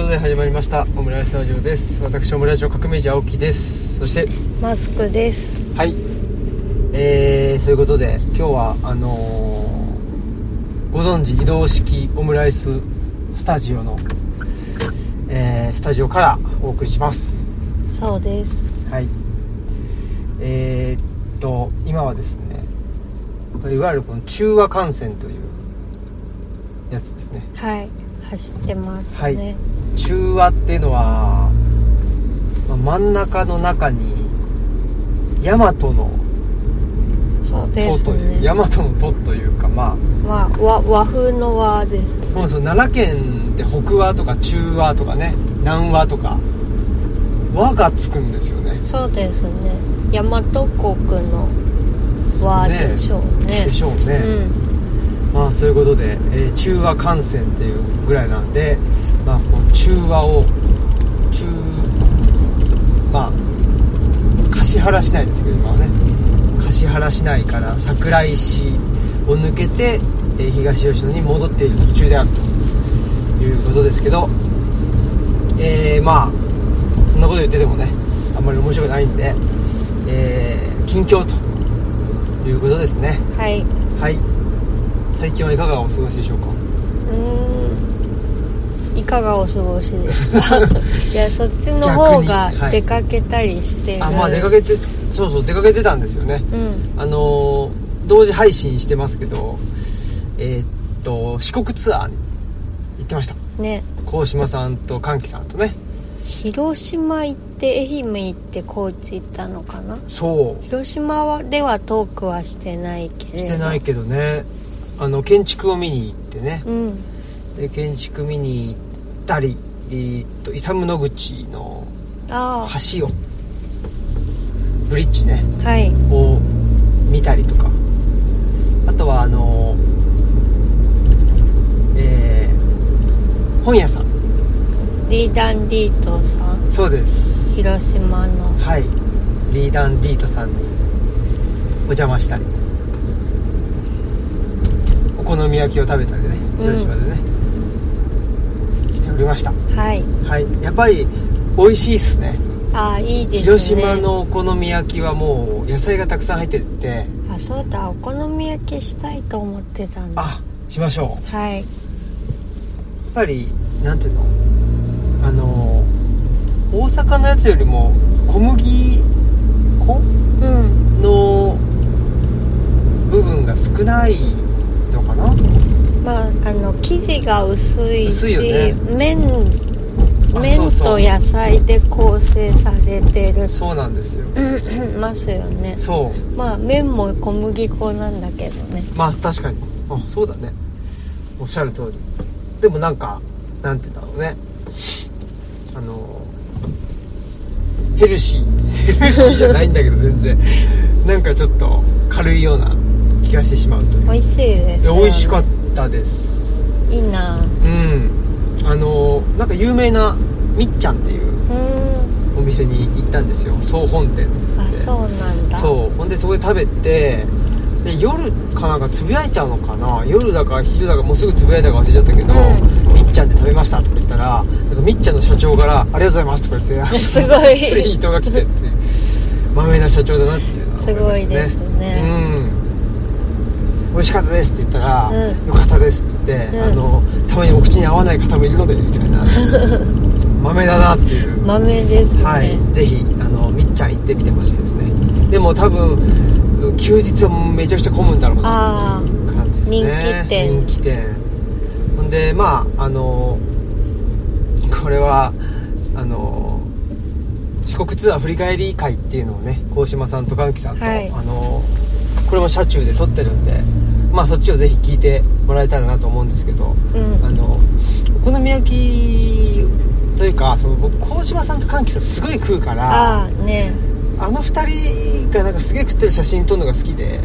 で始まりましたオムライスラジオです。私オムライスの革命児青木です。そしてマスクです。 はい、そういうことで今日はご存知移動式オムライススタジオの、スタジオからお送りします。 そうです。 はい。今はですね、いわゆるこの中和幹線というやつですね。 はい、走ってますね。 はい。中和っていうのは、真ん中の中に大和のそうですという、 ね。 大和の都というか、 和風の和です。 そう奈良県で北和とか中和とかね、南和とか和がつくんですよね。 そうですね。大和国の和でしょうね。 でしょうね。そういうことで、中和幹線っていうぐらいなんで、この中和を橿原市内ですけど、今はね橿原市内から桜井市を抜けて、東吉野に戻っている途中であるということですけど、そんなこと言っててもねあんまり面白くないんで、近況ということですね。 はい。 はい。最近はいかがお過ごしでしょうか。 いかがお過ごしですか。いや、そっちの方が出かけたりしてる。 出かけて、そう出かけてたんですよね。同時配信してますけど、四国ツアーに行ってましたね。 高島さんと歓喜さんとね。 広島行って愛媛行って高知行ったのかな。 そう。 広島ではトークはしてないけどね。建築を見に行ってね、で建築見に行ったり、伊佐野口の橋をブリッジね、 はい、 を見たりとか、あとは本屋さんリーダンディートさん。そうです。 広島の、 はい、リーダンディートさんにお邪魔したり、お好み焼きを食べたりね、広島でね、しておりました。はい、はい、やっぱり美味しいっすね。 いいですね。 広島のお好み焼きはもう野菜がたくさん入ってて、 そうだ、お好み焼きしたいと思ってたんだ。 しましょう。 はい。やっぱりなんていうの、大阪のやつよりも小麦粉の部分が少ないのかな。 生地が薄いし、 よね、 麺と野菜で構成されてる。 そうなんですよ。 ますよね。 そう。 麺も小麦粉なんだけどね。 確かに。そうだね。おっしゃる通り。でもなんて言うんだろうね。ヘルシーじゃないんだけど全然なんかちょっと軽いような気がしてしまうという。 美味しいですよね。 美味しかったです。 いいな。 なんか有名なみっちゃんっていうお店に行ったんですよ。総本店っつって。 そうなんだ。 そう。ほんでそこで食べて、で夜かなんかつぶやいたのかな、夜だか昼だかもうすぐつぶやいたか忘れちゃったけど、みっちゃんで食べましたとか言ったら、なんかみっちゃんの社長からありがとうございますとか言ってすごいツイートが来てって、まめな社長だなっていうのは思いましたね。 すごいですね。 美味しかったですって言ったら、よかったですって言って、たまにお口に合わない方もいるのでみたいな豆だなっていう。 豆ですね。 はい、ぜひみっちゃん行ってみてほしいですね。でも多分休日はめちゃくちゃ混むんだろうなっていう感じですね。人気店。ほんでこれは四国ツアー振り返り会っていうのをね、高島さんと歓喜さんと、これも車中で撮ってるんで、そっちをぜひ聞いてもらえたらなと思うんですけど、お好み焼きというか、僕高島さんと歓喜さんすごい食うから、二人がなんかすげえ食ってる写真撮るのが好きで、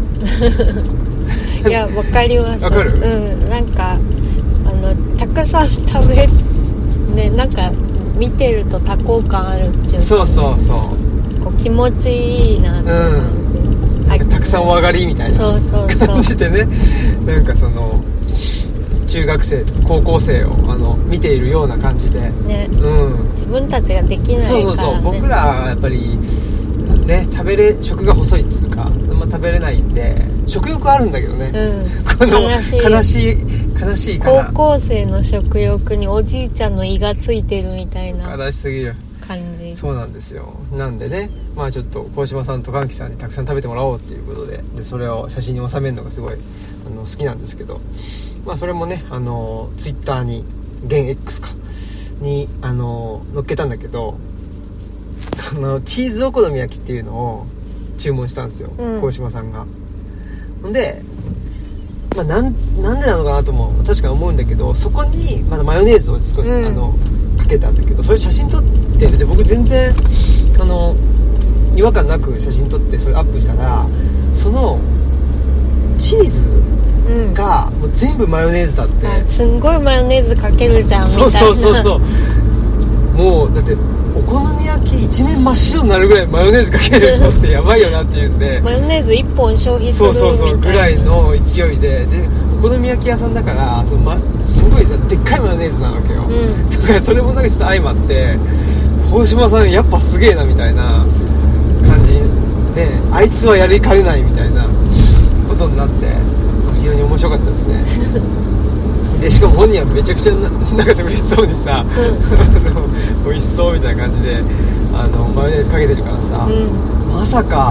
いや、わかります。 わかる。 なんかたくさん食べね、なんか見てると多幸感あるっていうか、 そうこう気持ちいいなって感じ、 なんかたくさんお上がりみたいな感じでね、なんか中学生高校生を見ているような感じでね、自分たちができないからね。 そう僕らはやっぱりね食が細いっつうか、食べれないんで食欲あるんだけどね、この悲しいかな。 高校生の食欲におじいちゃんの胃がついてるみたいな悲しすぎる感じ。 そうなんですよ。なんでね、ちょっと鴻島さんとかんきさんにたくさん食べてもらおうっていうことで、それを写真に収めるのがすごい好きなんですけど、それもねツイッターに現 X かに載っけたんだけど、チーズお好み焼きっていうのを注文したんですよ、鴻島さんが。ほんで、なんでなのかなとも確かに思うんだけど、そこにまだマヨネーズを少し、かけたんだけど、それ写真撮ってで僕全然違和感なく写真撮ってそれアップしたら、そのチーズがもう全部マヨネーズだって、 すんごいマヨネーズかけるじゃんみたいな。 そうもうだってお好み焼き一面真っ白になるぐらいマヨネーズかける人ってやばいよなっていうんでマヨネーズ1本消費するみたいなそうぐらいの勢いでお好み焼き屋さんだからすごいでっかいマヨネーズなわけよ、だからそれもなんかちょっと相まって鴻島さんやっぱすげえなみたいな感じで、あいつはやりかねないみたいなことになって非常に面白かったですねでしかも本人はめちゃくちゃなんか嬉しそうにさ、美味しそうみたいな感じでマヨネーズかけてるからさ、まさか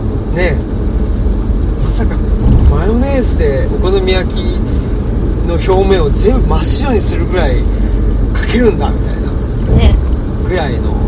マヨネーズでお好み焼きの表面を全部真っ白にするぐらいかけるんだみたいな、ぐらいの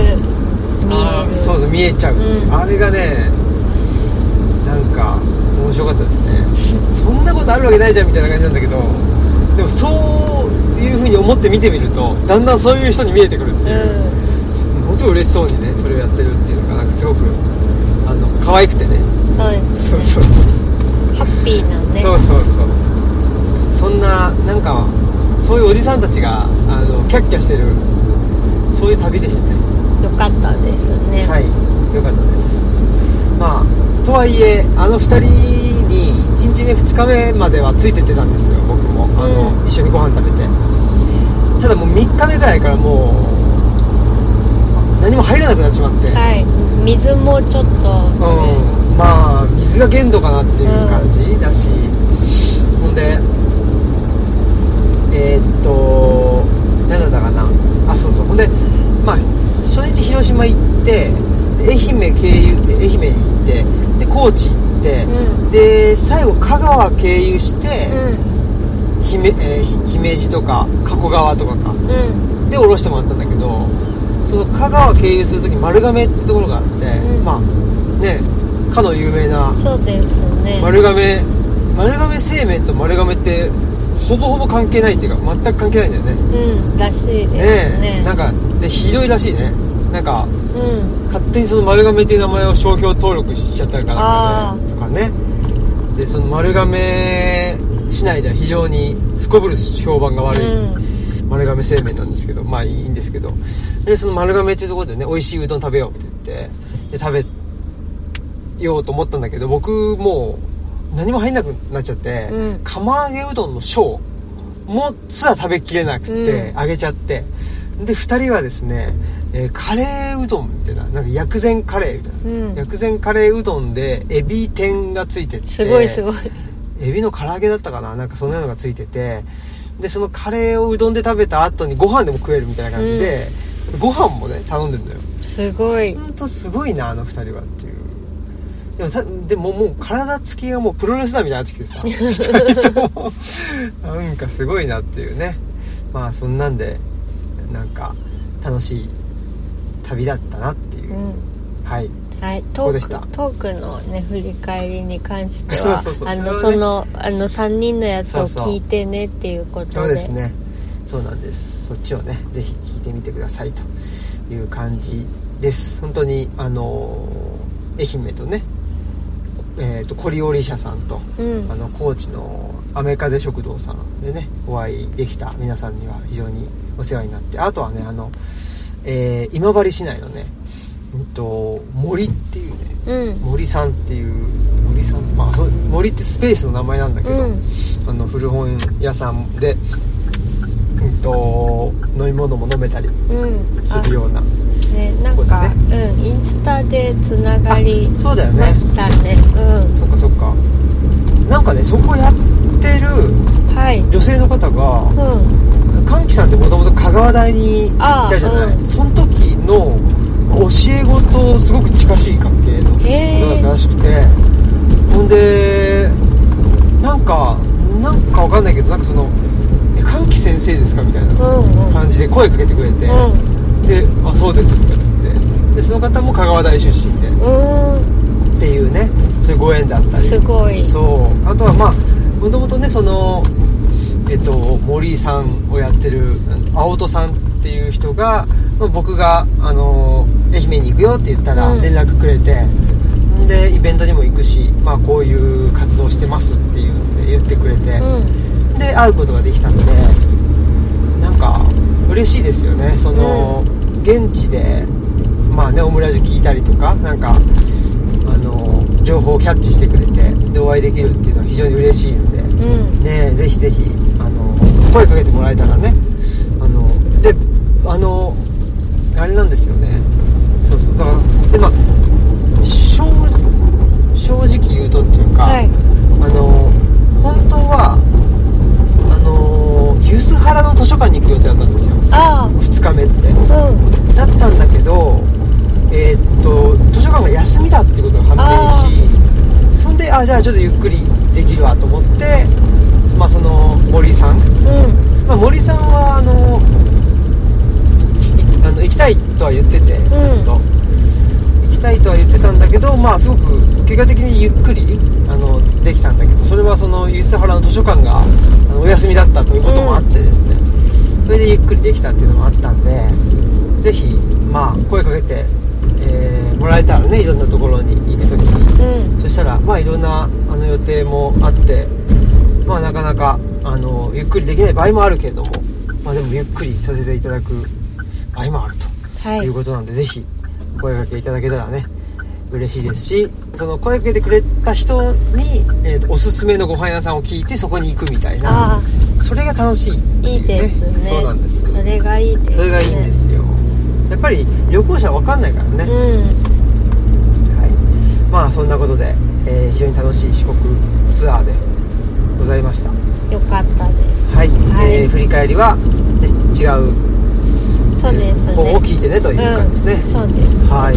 見えちゃう、あれがねなんか面白かったですねそんなことあるわけないじゃんみたいな感じなんだけど、でもそういう風に思って見てみるとだんだんそういう人に見えてくるっていう、ものすごい嬉しそうにねそれをやってるっていうのがなんかすごく可愛くてね。そうハッピーなね。 そんななんかそういうおじさんたちがキャッキャしてるそういう旅でしたね。 よかったですね。 はい、よかったです。とはいえ2人に1日目2日目まではついてってたんですよ僕も一緒にご飯食べて。ただもう3日目ぐらいからもう何も入れなくなっちまって、 水もちょっと、 水が限度かなっていう感じだし、ほんで何だったかな、ほんで初日広島行って愛媛に行ってで高知行って、で最後香川経由して、姫路とか加古川とかで降ろしてもらったんだけど、その香川経由するとき丸亀ってところがあって、かの有名なそうですね、 丸亀製麺と丸亀ってほぼほぼ関係ないっていうか全く関係ないんだよね。 らしいですね。 なんかでひどいらしいね。なんか、勝手にその丸亀っていう名前を商標登録しちゃったりかなんかねとかね。でその丸亀市内では非常にすこぶる評判が悪い、丸亀製麺なんですけど、いいんですけど、でその丸亀っていうところでね美味しいうどん食べようって言ってで食べようと思ったんだけど、僕もう何も入んなくなっちゃって、釜揚げうどんの小もすら食べきれなくて、あげちゃって、で2人はですね、カレーうどんみたいな、なんか薬膳カレーみたいな、薬膳カレーうどんでエビ天がついてて、 すごいエビの唐揚げだったかな、なんかそんなのがついてて、でそのカレーをうどんで食べた後にご飯でも食えるみたいな感じで、ご飯もね頼んでんだよ。 すごい、 ほんとすごいな2人はっていう。でももう体つきがもうプロレスラーみたいになってきてさ2人ともなんかすごいなっていうね。そんなんでなんか楽しい旅だったなっていう、トークのね振り返りに関しては3人のやつを聞いてねっていうことで、 そうですね、そうなんです。そっちをねぜひ聞いてみてくださいという感じです。本当に愛媛とねコリオリ社さんと、高知の雨風食堂さんでねお会いできた皆さんには非常にお世話になって、あとはね今治市内のね森っていうね、森さんっていう森さん、まあ、森ってスペースの名前なんだけど、古本屋さんで、飲み物も飲めたりするような、 なんか、インスタでつながりましたね。 そっかそっか。なんかね、そこやってる女性の方が、歓喜さんってもともと香川大にいたじゃない、その時の教え子とすごく近しい関係の方だったらしくて、ほんでなんかわかんないけど、なんかその歓喜先生ですかみたいな感じで声かけてくれて、で、あ、そうですとかつって、でその方も香川大出身で、っていうね、そういうご縁だったり、 すごい。 そう、あとはまあもともとね、その森井さんをやってる青戸さんっていう人が、僕が愛媛に行くよって言ったら連絡くれて、でイベントにも行くし、まあ、こういう活動してますっていうので言ってくれて、で会うことができたので、なんか嬉しいですよね。その、現地でまあね、オムラジ聞いたりとか、なんか情報をキャッチしてくれて、でお会いできるっていうのは非常に嬉しいので、ね、ぜひぜひ声かけてもらえたらね、であれなんですよね。そうそう、だからで、まあ正直言うとっていうか、本当は梼原の図書館に行く予定だったんですよ。2日目って、だったんだけど、図書館が休みだっていうことが判明し、そんでじゃあちょっとゆっくりできるわと思って、まあ、その森さん、まあ、森さんは行きたいとは言ってて、ずっと行きたいとは言ってたんだけど、まあすごく結果的にゆっくりできたんだけど、それはその梼原の図書館がお休みだったということもあってですね、それでゆっくりできたっていうのもあったんで、ぜひまあ声かけて、もらえたらね、いろんなところに行くときに、そしたらまあいろんな予定もあって、まあなかなかゆっくりできない場合もあるけれども、まあでもゆっくりさせていただく場合もあるということなんで、ぜひ声かけいただけたらね嬉しいですし、その声かけてくれた人に、おすすめのご飯屋さんを聞いてそこに行くみたいな、それが楽しいっていうね。 いいですね。 そうなんです。 それがいいですね。 それがいいんですよ。やっぱり旅行者は分かんないからね、はい、まあそんなことで、非常に楽しい四国ツアーでございました。 よかったです。 はい、振り返りは、ね、違うそうですね、 方を聞いてねという感じですね。 そうです。 はい。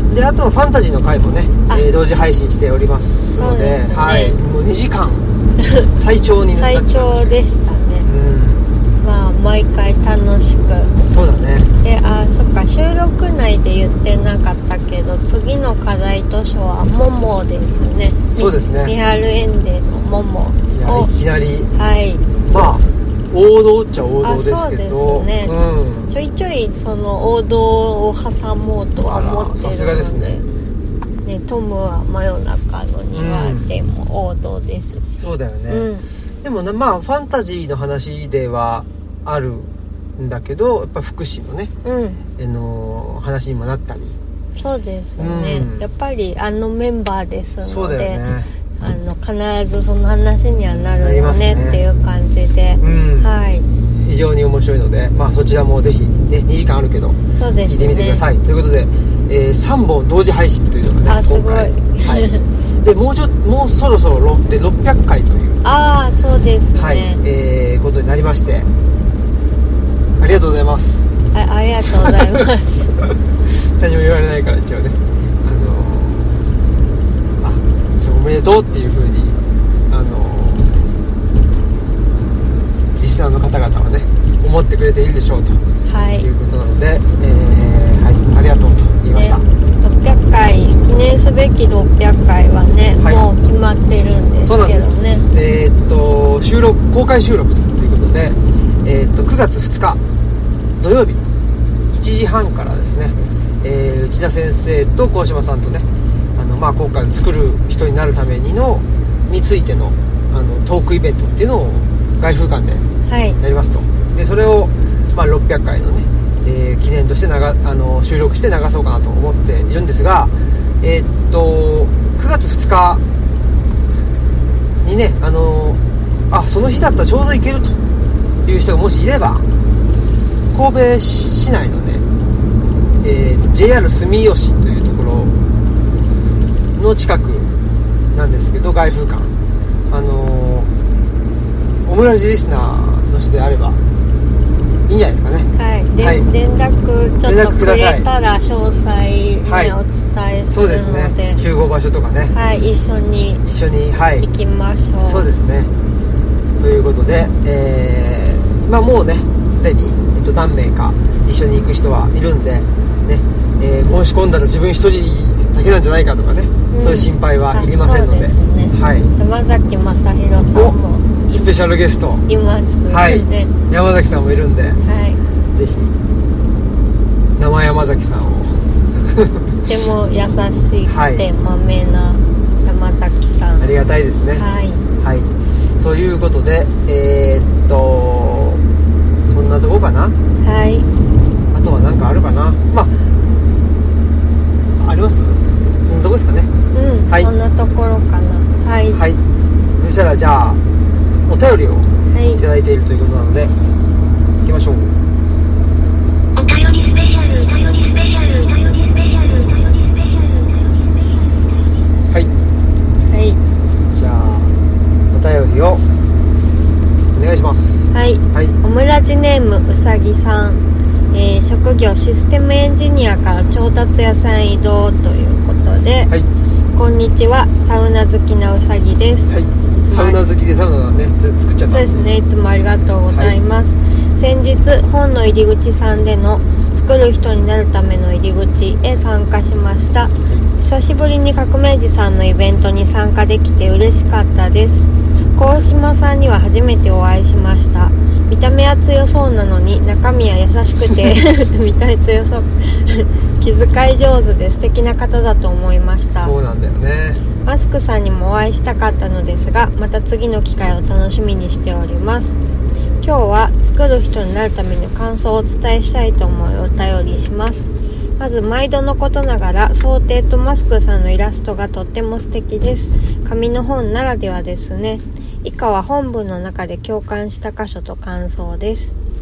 で、あとはファンタジーの回もね、同時配信しておりますの で、はい、もう2時間最長になっちゃいました。 最長でしたね。まあ毎回楽しく。 そうだね。 で、そっか、収録内で言ってなかったけど、次の課題図書はモモですね。 そうですね。 ミハルエンデのモモをいきなり、 はい、 まあ王道っちゃ王道ですけど、 そうですね、ちょいちょいその王道を挟もうとは思ってるので、 さすがですね。 トムは真夜中の庭でも王道ですし、 そうだよね、でもまあファンタジーの話ではあるんだけど、やっぱ福祉のね、話にもなったり、 そうですね、やっぱりメンバーですので、 そうだよね、 必ずその話にはなるよねっていう感じで、はい、 非常に面白いので、まあ、そちらもぜひ、ね、2時間あるけど、 そうですね、 聞いてみてくださいということで、3本同時配信というのがね、今回、はい、でもうそろそろで600回という、 そうですね、 はい、ことになりまして、ありがとうございます。 ありがとうございます何も言われないから一応ね、おめでとうっていう風にリスナーの方々はね思ってくれているでしょうと、いうことなので、はい、ありがとうと言いました。 600回記念すべき600回はね、もう決まってるんですけどね。そうなんです。公開収録ということで、9月2日土曜日1時半からですね、内田先生と鴻島さんとね、まあ、今回作る人になるためについてのトークイベントっていうのを外風館でやりますと、でそれを、まあ、600回のね、記念として収録して流そうかなと思っているんですが、9月2日ねその日だったらちょうど行けるという人がもしいれば、神戸市内のね、JR 住吉というところの近くなんですけど、外風館オムラジリスナーの人であればいいんじゃないですかね。 はい、連絡ちょっとくれたら詳細、ね、お伝えするので、そうですね、 集合場所とかね、 一緒に行きましょう。 そうですね。ということで、もうねすでに、何名か一緒に行く人はいるんで、ね申し込んだら自分一人だけなんじゃないかとかね、そういう心配はいりませんので、 山崎正弘さんもスペシャルゲストいますね、 山崎さんもいるんで、ぜひ生山崎さんをとても優しくてまめな山崎さん、 ありがたいですね。ということでそんなとこかな。あとは何かあるかな。あります？そんなとこですかね。 そんなところかな。 そしたらじゃあお便りをいただいているということなので、行きましょう。 お便りスペシャル、お便りスペシャル、お便りスペシャル、お便りスペシャル、お便りスペシャル。 じゃあお便りをお願いします。 オムラジネームうさぎさん、職業システムエンジニアから調達屋さん移動ということで、こんにちは、サウナ好きなうさぎです。 サウナ好きでサウナね作っちゃった。 そうですね、いつもありがとうございます。先日本の入り口さんでの作る人になるための入り口へ参加しました。久しぶりに革命児さんのイベントに参加できて嬉しかったです。鴻島さんには初めてお会いしました。見た目は強そうなのに中身は優しくて見た目強そう気遣い上手で素敵な方だと思いました。 そうなんだよね。 マスクさんにもお会いしたかったのですが、また次の機会を楽しみにしております。今日は作る人になるための感想をお伝えしたいと思いお便りします。まず毎度のことながら想定とマスクさんのイラストがとっても素敵です。紙の本ならではですね。以下は本文の中で共感した箇所と感想です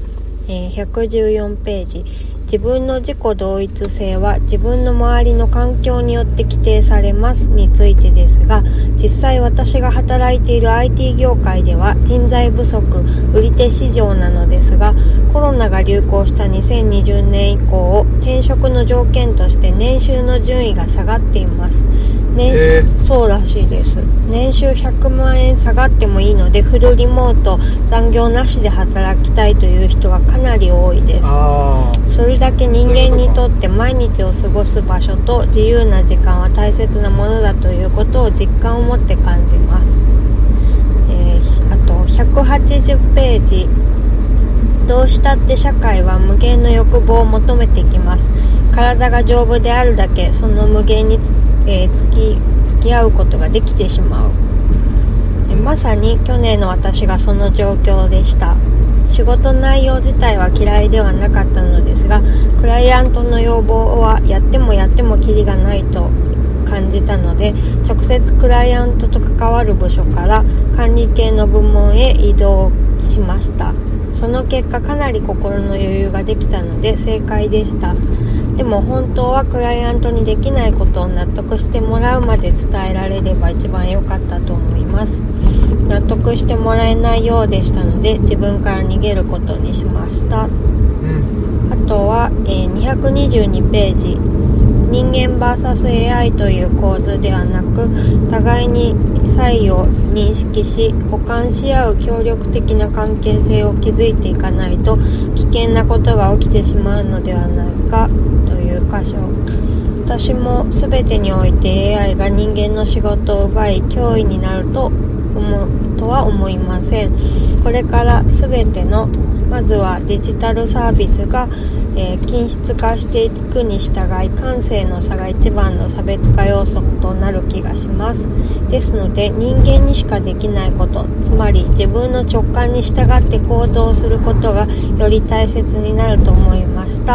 。114ページ。自分の自己同一性は自分の周りの環境によって規定されますについてですが、実際私が働いている IT 業界では人材不足、売り手市場なのですが、コロナが流行した2020年以降、転職の条件として年収の順位が下がっています。そうらしいです。年収100万円下がってもいいのでフルリモート、残業なしで働きたいという人がかなり多いです。それだけ人間にとって毎日を過ごす場所と自由な時間は大切なものだということを実感を持って感じます。あと180ページ。どうしたって社会は無限の欲望を求めてきます。体が丈夫であるだけその無限に付き合うことができてしまう。まさに去年の私がその状況でした。仕事内容自体は嫌いではなかったのですが、クライアントの要望はやってもやってもキリがないと感じたので、直接クライアントと関わる部署から管理系の部門へ移動しました。その結果かなり心の余裕ができたので正解でした。でも本当はクライアントにできないことを納得してもらうまで伝えられれば一番良かったと思います。納得してもらえないようでしたので自分から逃げることにしました。あとは、222ページ。人間 vs.AI という構図ではなく、互いに差異を認識し補完し合う協力的な関係性を築いていかないと危険なことが起きてしまうのではないかという箇所。私も全てにおいて AI が人間の仕事を奪い脅威になるとは思いません。これから全てのまずはデジタルサービスが、均質化していくに従い感性の差が一番の差別化要素となる気がします。ですので人間にしかできないこと、つまり自分の直感に従って行動することがより大切になると思いました。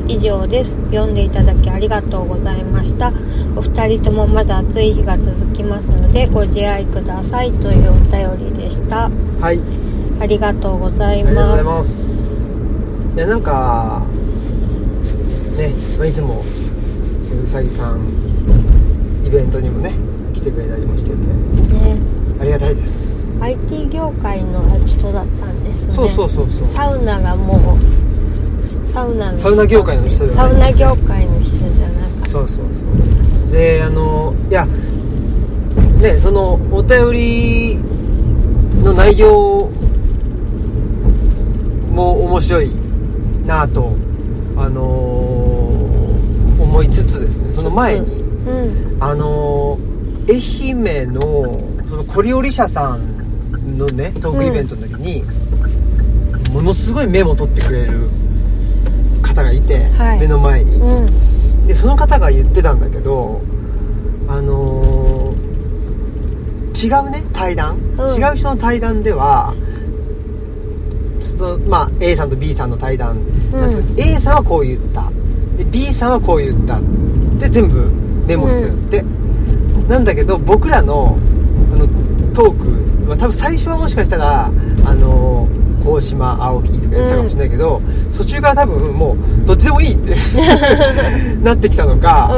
以上です。読んでいただきありがとうございました。お二人ともまだ暑い日が続きますのでご自愛くださいというお便りでした。 はい、 ありがとうございます。 ありがとうございます。いや、なんかね、いつもうさぎさんイベントにもね来てくれたりもしてて、ね、ありがたいです。 IT 業界の人だったんですね。 そうサウナがもうサウナ業界の人じゃない、 サウナ業界の人じゃなかった。 そうで、いやね、そのお便りの内容も面白いなと思いつつですね、その前に、愛媛のそのコリオリ社さんのねトークイベントの時に、ものすごいメモ取ってくれる方がいて、はい、目の前に、でその方が言ってたんだけど、違うね対談、違う人の対談ではちょっとまあ A さんと B さんの対談、A さんはこう言ったで B さんはこう言ったって全部メモしてるって、なんだけど僕らのトークは多分最初はもしかしたら高島青木とかやってたかもしれないけど、途中から多分もうどっちでもいいってなってきたのか、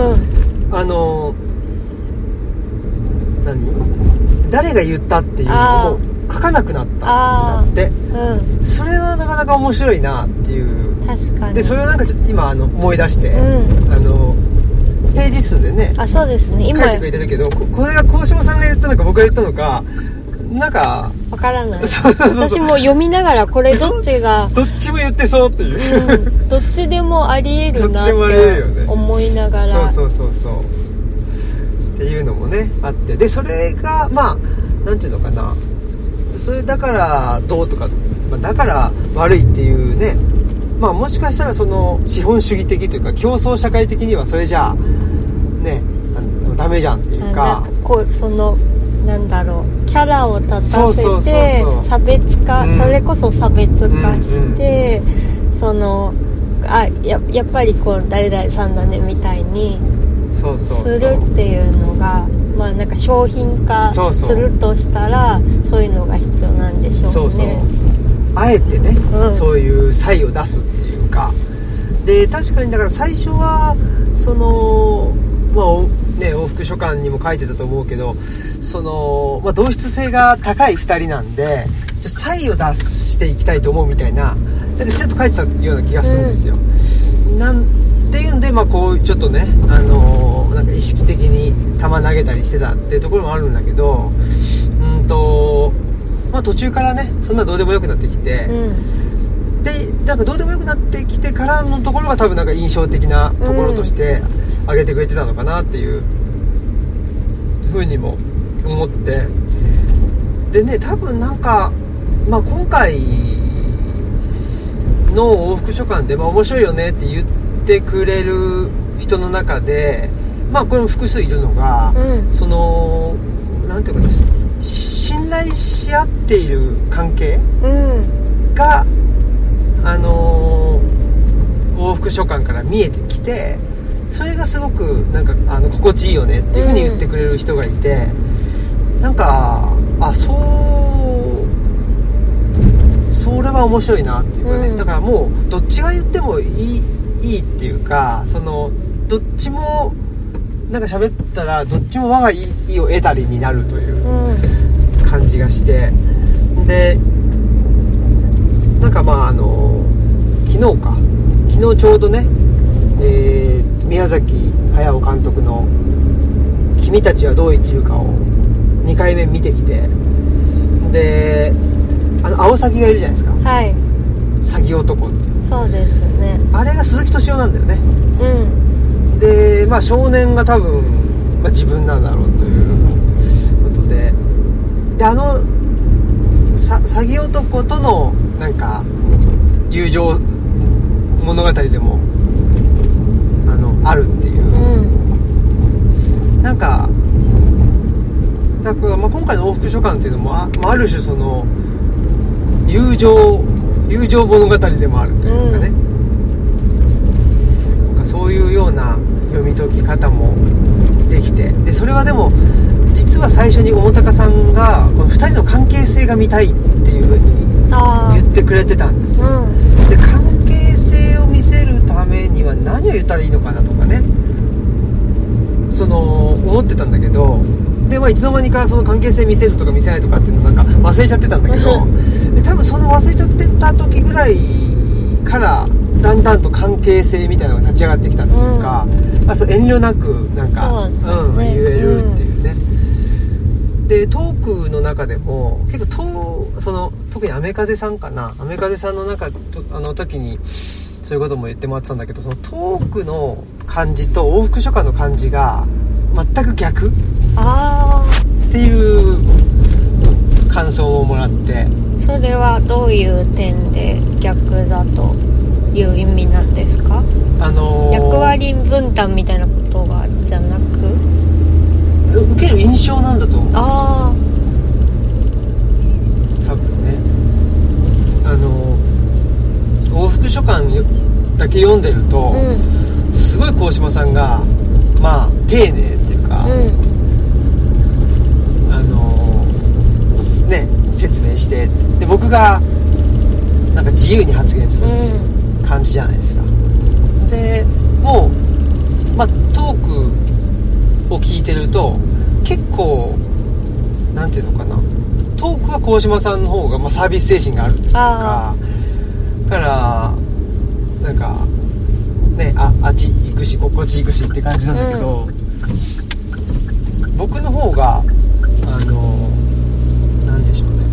誰が言ったっていうのをもう書かなくなったんだって、それはなかなか面白いなっていう。 確かに。でそれをなんかちょっと今思い出して、ページ数でね、 そうですね、今書いてくれてるけど、これが高島さんが言ったのか僕が言ったのかなんかわからない。私も読みながらこれどっちがどっちも言ってそうっていう、 どっちでもありえるなって思いながら、 そうっていうのもねあって、でそれがまあなんていうのかな、それだからどうとか、だから悪いっていうね、まあもしかしたらその資本主義的というか競争社会的にはそれじゃあねダメじゃんっていうか、 こうそのなんだろう、キャラを立たせて差別化、それこそ差別化して、そのやっぱりこう誰々さんだねみたいにするっていうのが、まあなんか商品化するとしたらそういうのが必要なんでしょうね。 あえてね、そういう差異を出すっていうかで、確かにだから最初はそのまあね、往復書簡にも書いてたと思うけど、その、同質性が高い2人なんで差異を出していきたいと思うみたいな、だってちょっと書いてたような気がするんですよ、なんていうんで、こうちょっとね、なんか意識的に球投げたりしてたっていうところもあるんだけど、途中からねそんなどうでもよくなってきて、でなんかどうでもよくなってきてからのところが多分なんか印象的なところとして挙げてくれてたのかなっていう風にも思って、でね、多分なんか、今回の往復書簡で面白いよねって言ってくれる人の中で、これも複数いるのが、そのなんていうか、信頼し合っている関係が、往復書簡から見えてきて、それがすごくなんか心地いいよねっていう風に言ってくれる人がいて、なんかそれは面白いなっていうかね、だからもうどっちが言ってもいいっていうか、そのどっちもなんか喋ったらどっちも我が意を得たりになるという感じがして、でなんか昨日ちょうどね、宮崎駿監督の君たちはどう生きるかを2回目見てきて、でアオサギがいるじゃないですか、 はい、 サギ男っていう。 そうですね、 あれが鈴木敏夫なんだよね、で少年が多分、自分なんだろうということで、サギ男とのなんか友情物語でもあるっていう、なんか今回の往復書簡っていうのもある種その友情物語でもあるというかね、 そういうような読み解き方もできて、でそれはでも実は最初に桃高さんがこの2人の関係性が見たいっていう風に言ってくれてたんですよ、で関係性を見せるためには何を言ったらいいのかなとかね、思ってたんだけど、で、いつの間にかその関係性見せるとか見せないとかっていうのなんか忘れちゃってたんだけど多分その忘れちゃってた時ぐらいからだんだんと関係性みたいなのが立ち上がってきたっていうか、そう遠慮なくなんか、言えるっていうね、でトークの中でも結構特にアメカゼさんかな、アメカゼさんの時にそういうことも言ってもらってたんだけど、そのトークの感じと往復書簡の感じが全く逆っていう感想をもらって、 それはどういう点で逆だという意味なんですか？役割分担みたいなことがじゃなく受ける印象なんだと思う。多分ね、往復書簡だけ読んでると、すごい鴻島さんが丁寧っていうか、説明して、で僕がなんか自由に発言するっていう感じじゃないですか。でもう、トークを聞いてると結構なんていうのかな、トークは鴻島さんの方がサービス精神があるっていうか、からなんかね、あっち行くしこっち行くしって感じなんだけど、僕の方がなんでしょうね、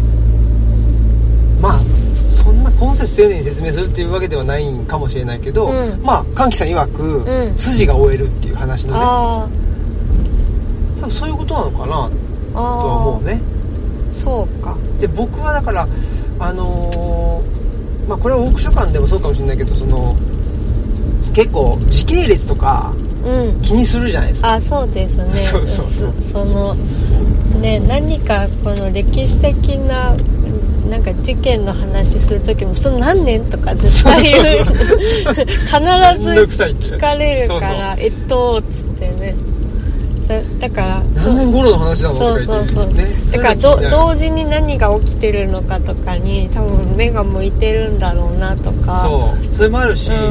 そんな今節丁寧に説明するっていうわけではないんかもしれないけど、歓喜さん曰く、筋が追えるっていう話のね、多分そういうことなのかなとは思うね。 そうか。 で僕はだからこれは往復書簡でもそうかもしれないけど、結構時系列とか気にするじゃないですか。 そうですね。 そう何かこの歴史的ななんか事件の話する時もその何年とか絶対必ず聞かれるからつってね、だから何年頃の話なのとか言って、 だから同時に何が起きてるのかとかに多分目が向いてるんだろうなとか、 それもあるし、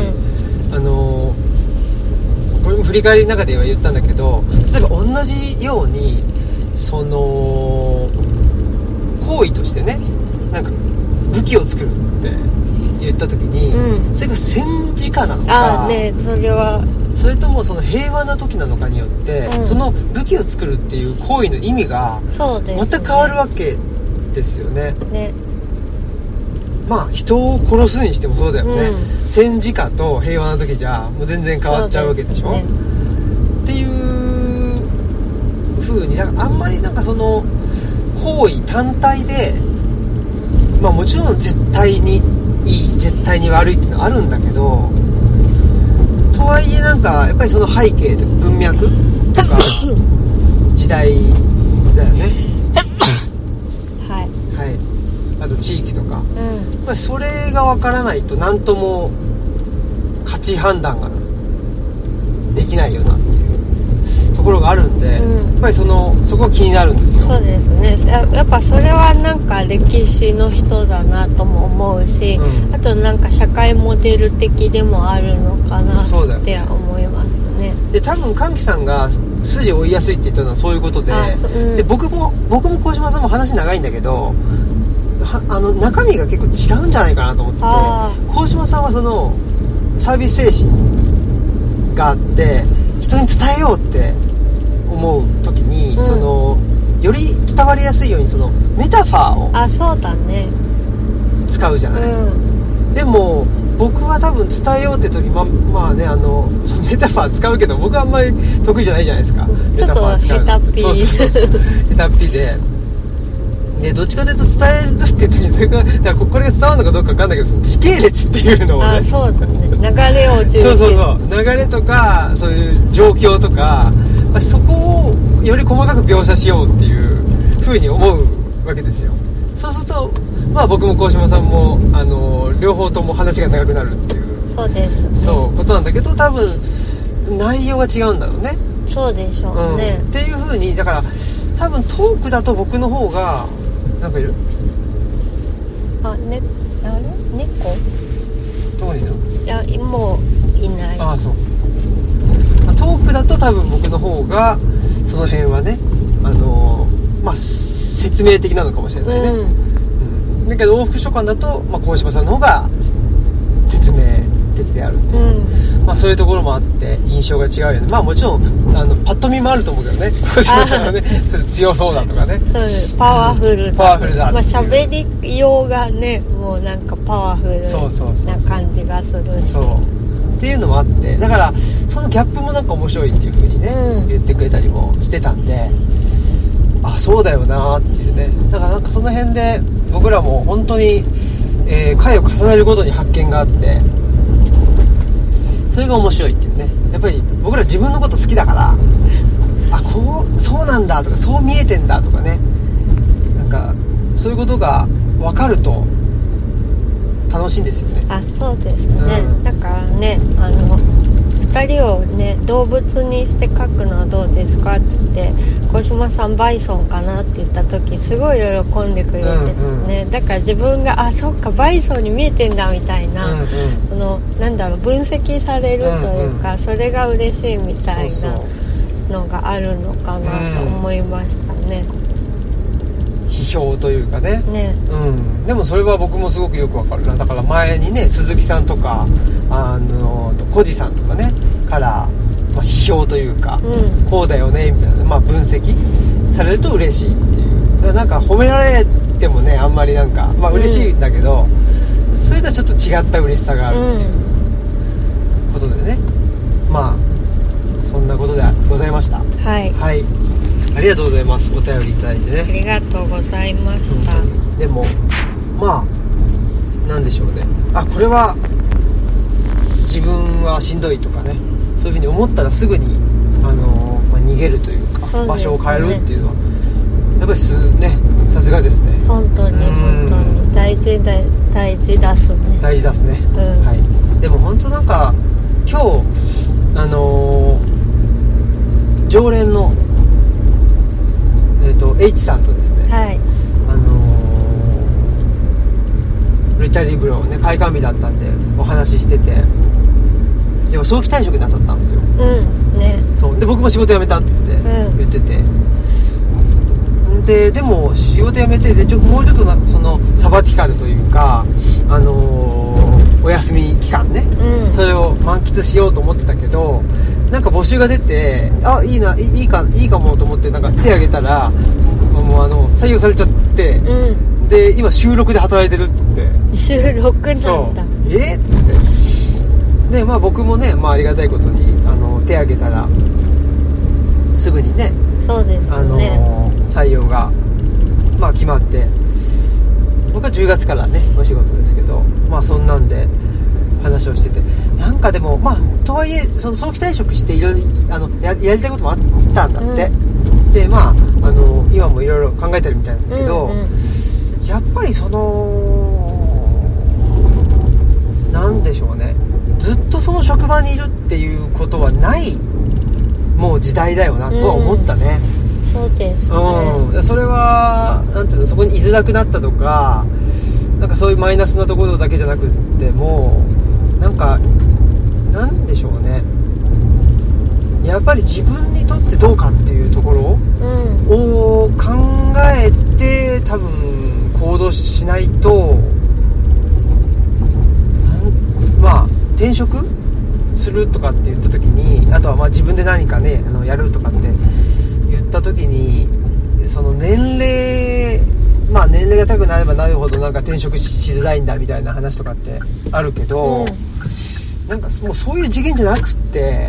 これも振り返りの中では言ったんだけど、例えば同じように行為としてね、なんか武器を作るって言った時に、それが戦時下なのか、それとも平和な時なのかによって、その武器を作るっていう行為の意味が全く変わるわけですよね。人を殺すにしてもそうだよね、戦時下と平和な時じゃもう全然変わっちゃうわけでしょ、っていう風に、あんまりなんか行為単体でもちろん絶対にいい絶対に悪いっていうのはあるんだけど、とはいえなんかやっぱりその背景とか文脈とか時代だよねあと地域とか、やっぱりそれが分からないと何とも価値判断ができないよなっていうところがあるんで、やっぱりそこが気になるんですよ。 そうですね。やっぱそれはなんか歴史の人だなとも思うし、あとなんか社会モデル的でもあるのかなって思いますね。 で多分歓喜さんが筋を追いやすいって言ったのはそういうことで、で僕も鴻島さんも話長いんだけど、中身が結構違うんじゃないかなと思ってて、鴻島さんはサービス精神があって人に伝えようって思う時に、より伝わりやすいようにメタファーを使うじゃない、でも僕は多分伝えようって時メタファー使うけど僕はあんまり得意じゃないじゃないですか。 ちょっと下手っぴそう下手っぴでどっちかというと伝えるって時にそれからこれが伝わるのかどうか分かんないけど、時系列っていうのをね、 そうだね、流れを重視、 流れとかそういう状況とか、そこをより細かく描写しようっていう風に思うわけですよ。そうすると僕も鴻島さんも両方とも話が長くなるっていう、 そうです、 ことなんだけど、多分内容が違うんだろうね。 そうでしょうね、 っていう風にだから多分トークだと僕の方がなんかいるあれ猫どこにいるの？ いやもういない。 ああそう。トークだと多分僕の方がその辺はねまあ説明的なのかもしれないね、だけど往復書簡だと、まあ、鴻島さんの方が説明的であるっていう、まあ、そういうところもあって印象が違うよね。まあもちろんパッと見もあると思うけどね、鴻島さんはね強そうだとかね、 そうパワフルだ、 パワフルだ、 まあ喋りようがねもうなんかパワフルな感じがするし、 そうっていうのもあって、だからそのギャップもなんか面白いっていう風にね、言ってくれたりもしてたんで、あそうだよなっていうね。だからなんかその辺で僕らも本当に、回を重ねるごとに発見があって、それが面白いっていうね。やっぱり僕ら自分のこと好きだから、あそうなんだとか、そう見えてんだとかね、なんかそういうことが分かると楽しいんですよね。 あそうですね、だからね2人をね動物にして描くのはどうですかって言って鴻島さんバイソンかなって言った時すごい喜んでくれてね、だから自分がそっかバイソンに見えてんだみたいな、なんだろう分析されるというか、それが嬉しいみたいなのがあるのかなと思いましたね。 批評というかね、でもそれは僕もすごくよくわかるな。だから前にね鈴木さんとか小路さんとかねから、まあ、批評というか、こうだよねみたいな、まあ、分析されると嬉しいっていう。だからなんか褒められてもねあんまりなんか、まあ嬉しいんだけど、それとはちょっと違った嬉しさがあるっていうことでね、まあそんなことでございました。 はい、 はい、ありがとうございます。お便りいただいてね、 ありがとうございました。 でもまあなんでしょうね、これは自分はしんどいとかね、そういうふうに思ったらすぐに、まあ、逃げるというか、場所を変えるっていうのはやっぱりねさすがですね。 本当に大事だすね。 大事だすね、はい。でも本当なんか今日常連のH さんとですね、 はい、 ルチャリブロをね開館日だったんでお話ししてて、でも早期退職なさったんですよ、そうで僕も仕事辞めたっつって言ってて、でも仕事辞めてでもうちょっとそのサバティカルというかお休み期間ね、それを満喫しようと思ってたけど、なんか募集が出ていいかもと思ってなんか手挙げたらもう採用されちゃって、で今収録で働いてるっつって。 収録なんだ。 そうっつってで、まあ、僕もね、まあ、ありがたいことに手挙げたらすぐにね、 そうですね、 採用が、まあ、決まって、僕は10月からねお仕事ですけど、まあそんなんで話をしてて、なんかでもまあとはいえその早期退職していろいろやりたいこともあったんだって、でまあ今もいろいろ考えてるみたいなんだけど、やっぱりなんでしょうね、ずっとその職場にいるっていうことはないもう時代だよなとは思ったね、 そうですね、 それはなんていうの、そこに居づらくなったとか、なんかそういうマイナスなところだけじゃなくってもなんかなんでしょうね、やっぱり自分にとってどうかっていうところを考えて多分行動しないと、まあ転職するとかって言った時に、あとはまあ自分で何かねやるとかって言った時に、その年齢が高くなればなるほどなんか転職しづらいんだみたいな話とかってあるけど、なんかもうそういう次元じゃなくって、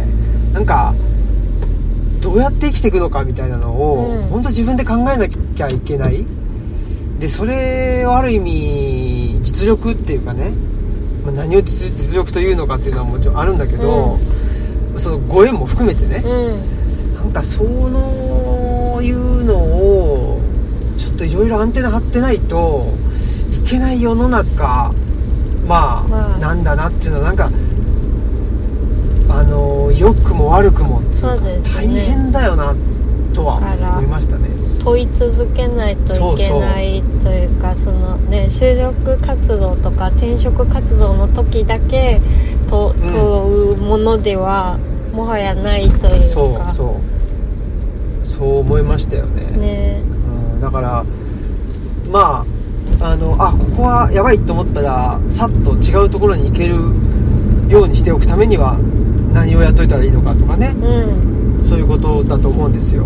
なんかどうやって生きていくのかみたいなのを、本当自分で考えなきゃいけない。でそれをある意味実力っていうかね、何を実力というのかっていうのはもちろんあるんだけど、そのご縁も含めてね、なんかそういうのをちょっといろいろアンテナ張ってないといけない世の中、なんだなっていうのはなんか良くも悪くもそうです、ね、 大変だよなとは思いましたね。 問い続けないといけないというか、そのね、就職活動とか転職活動の時だけ問うものではもはやないというか、 そう思いましたよね。だからまあここはやばいと思ったらさっと違うところに行けるようにしておくためには何をやっといたらいいのかとかね、そういうことだと思うんですよ。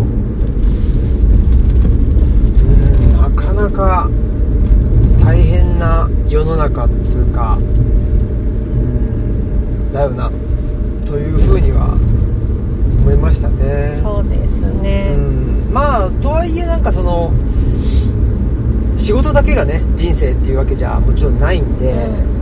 なかなか大変な世の中っつうか、だよなというふうには思いましたね。 そうですね。 まあとはいえなんかその仕事だけがね人生っていうわけじゃもちろんないんで、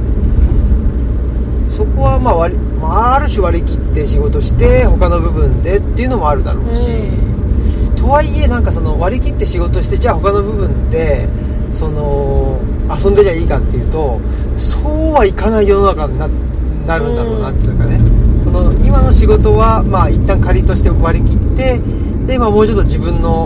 そこはある種割り切って仕事して他の部分でっていうのもあるだろうし、とはいえなんかその割り切って仕事してじゃあ他の部分でその遊んでりゃいいかっていうとそうはいかない世の中になるんだろうなっていうかね、その今の仕事は一旦仮として割り切ってでもうちょっと自分の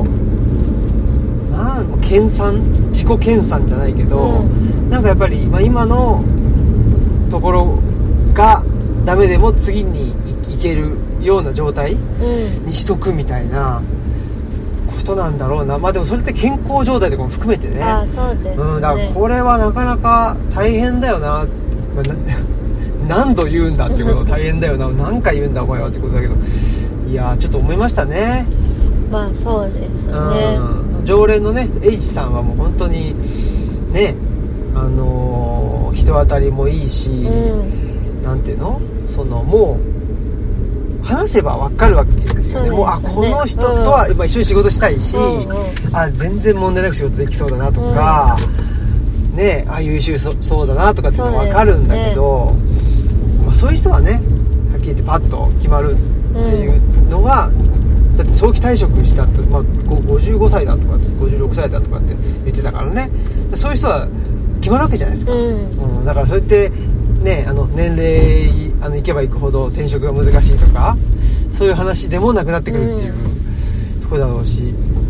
自己研鑽じゃないけど、なんかやっぱり今のところがダメでも次に行けるような状態にしとくみたいなことなんだろうな。でもそれって健康状態とかも含めてね。 そうですね。 だからこれはなかなか大変だよな、何度言うんだっていうこと大変だよな何回言うんだお前はってことだけど、いやちょっと思いましたね。 そうですね。 常連のね H さんはもう本当にね人当たりもいいし、なんていうの、そのもう話せば分かるわけですよね。もうこの人とは一緒に仕事したいし、全然問題なく仕事できそうだなとか、ね、優秀そうだなとかっていうの分かるんだけど、そういう人はねはっきり言ってパッと決まるっていうのは、だって早期退職したって、55歳だとか56歳だとかって言ってたからね、そういう人は決まるわけじゃないですか。だからそうやってね、年齢行けば行くほど転職が難しいとかそういう話でもなくなってくるっていうところだろうし、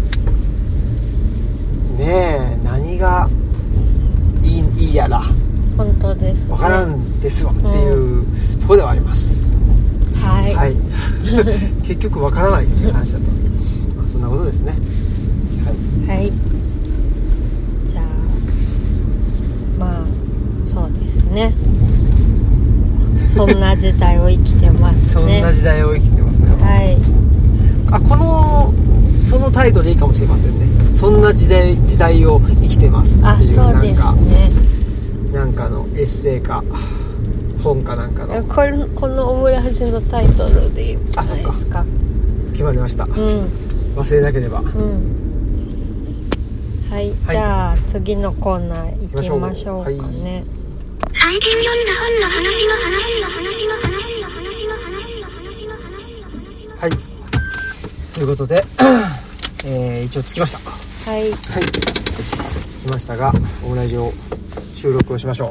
ねえ何がいいやら本当ですね、 分からんですわっていうところではあります。はい結局分からないっていう話だとそんなことですね。 はい、じゃあそうですね、そんな時代を生きてますね。 そんな時代を生きてますよ。そのタイトルでいいかもしれませんね。そんな時代を生きてますっていう、 そうですね、 なんかのエッセイか本かなんかのこのオムラジのタイトルでいいじゃないですか。 決まりました、忘れなければ。 じゃあ次のコーナー行きましょうかね。 最近読んだ本の話はい、ということで、一応着きました。着きましたがオムラジオ収録をしましょう。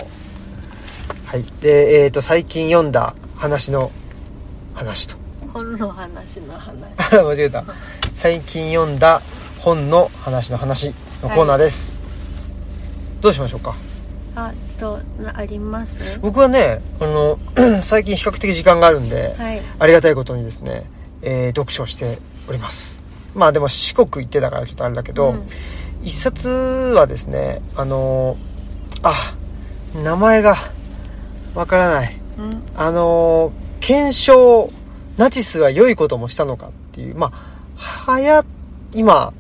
で、最近読んだ話の話と本の話の話間違えた最近読んだ本の話の話のコーナーです、どうしましょうか。 あります？ 僕はね最近比較的時間があるんで、ありがたいことにですね、読書しております。でも四国行ってたからちょっとあれだけど、一冊はですね名前がわからない、検証ナチスは良いこともしたのかっていう、今